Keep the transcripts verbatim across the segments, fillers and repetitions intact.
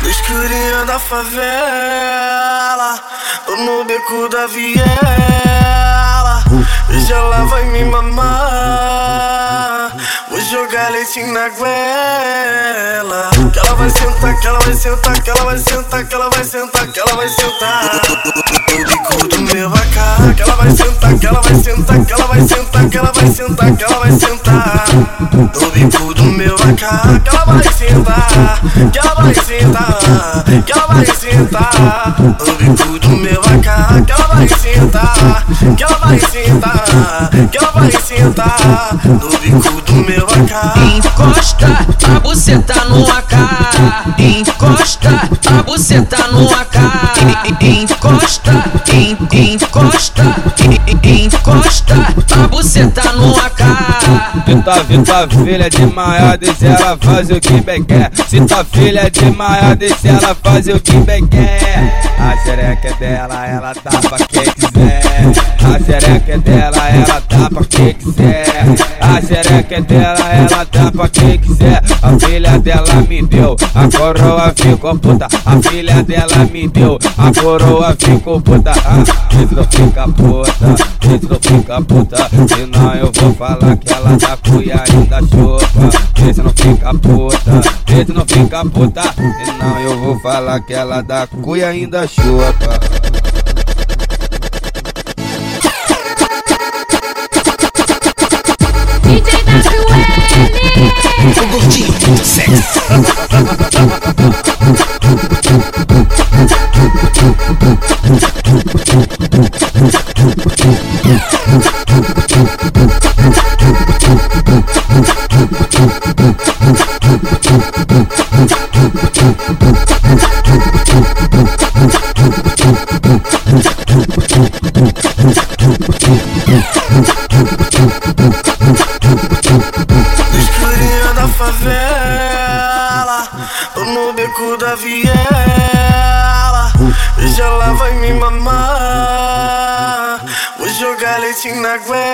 No escurinho da favela, tô no beco da viela. Hoje ela vai me mamar, vou jogar leite na goela. Que ela vai sentar, que ela vai sentar, que ela vai sentar, que ela vai sentar, que ela vai sentar no bico do meu A K. Que ela vai sentar, que ela vai sentar, que ela vai sentar, que ela vai sentar, que ela vai sentar no bico do meu A K. Que ela vai sentar, que ela vai sentar, que ela vai sentar no bico do meu A K. Que ela vai sentar, que ela vai sentar, que ela vai sentar no bico do meu A K. Encosta a buceta no A K, encosta a buceta no A K, encosta, encosta, encosta a buceta no A K. Se tua, se tua filha de maior, deixa ela fazer o que bem quer. Se tua filha de maior, deixa ela fazer o que bem quer. A xereca é dela, ela dá pra quem quiser. A xereca é dela, ela dá pra quem quiser. A xereca é dela, ela dá pra quem quiser. A filha dela me deu, a coroa ficou puta. A filha dela me deu, a coroa ficou puta. Ah, vê se não fica puta, vê se não fica puta. Senão eu vou falar que ela dá cuia ainda chupa. Vê se não fica puta, vê se não fica puta. Senão eu vou falar que ela dá cuia ainda chupa. D J W L, O gordinho muito sexy. No escurinho da favela, tô no beco da viela. Hoje ela vai me mamar, vou jogar leite na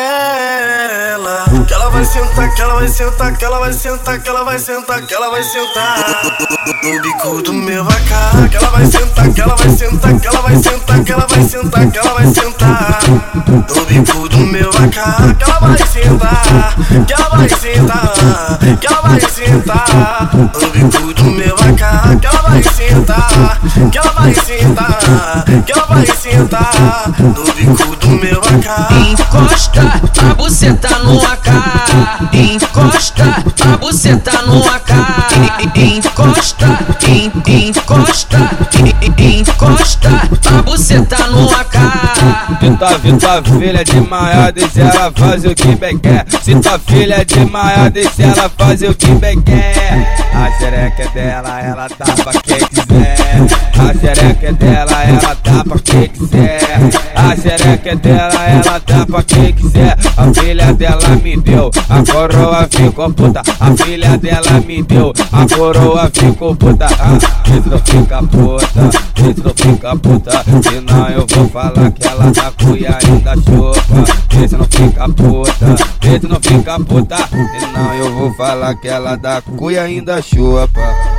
goela. Que ela vai sentar, que ela vai sentar, que ela vai sentar, que ela vai sentar, que ela vai sentar no bico do meu A K. Que ela vai sentar, que ela vai sentar, que ela vai sentar, que ela vai sentar, que ela vai sentar no bico do meu A K. Que ela vai sentar, que ela vai sentar, que ela vai sentar no bico do meu A K. Que ela vai sentar, que ela vai sentar, que ela vai sentar no bico do meu A K. Encosta a buceta no A K, encosta a buceta no A K, encosta, encosta, encosta a buceta no A K. Se tua, se tua filha de maior, deixa ela fazer o que bem quer. Se tua filha de maior, deixa ela fazer o que bem quer. A xereca é dela, ela dá pra quem quiser. A xereca é dela, ela dá pra quem quiser. A xereca é dela, ela dá pra quem quiser. A filha dela me deu, a coroa ficou puta. A filha dela me deu, a coroa ficou puta. Ah, vê se não fica puta, vê se não fica puta. Senão eu vou falar que ela dá cuia ainda chupa. Vê se não fica puta, vê se não fica puta. Senão eu vou falar que ela dá cuia ainda chupa.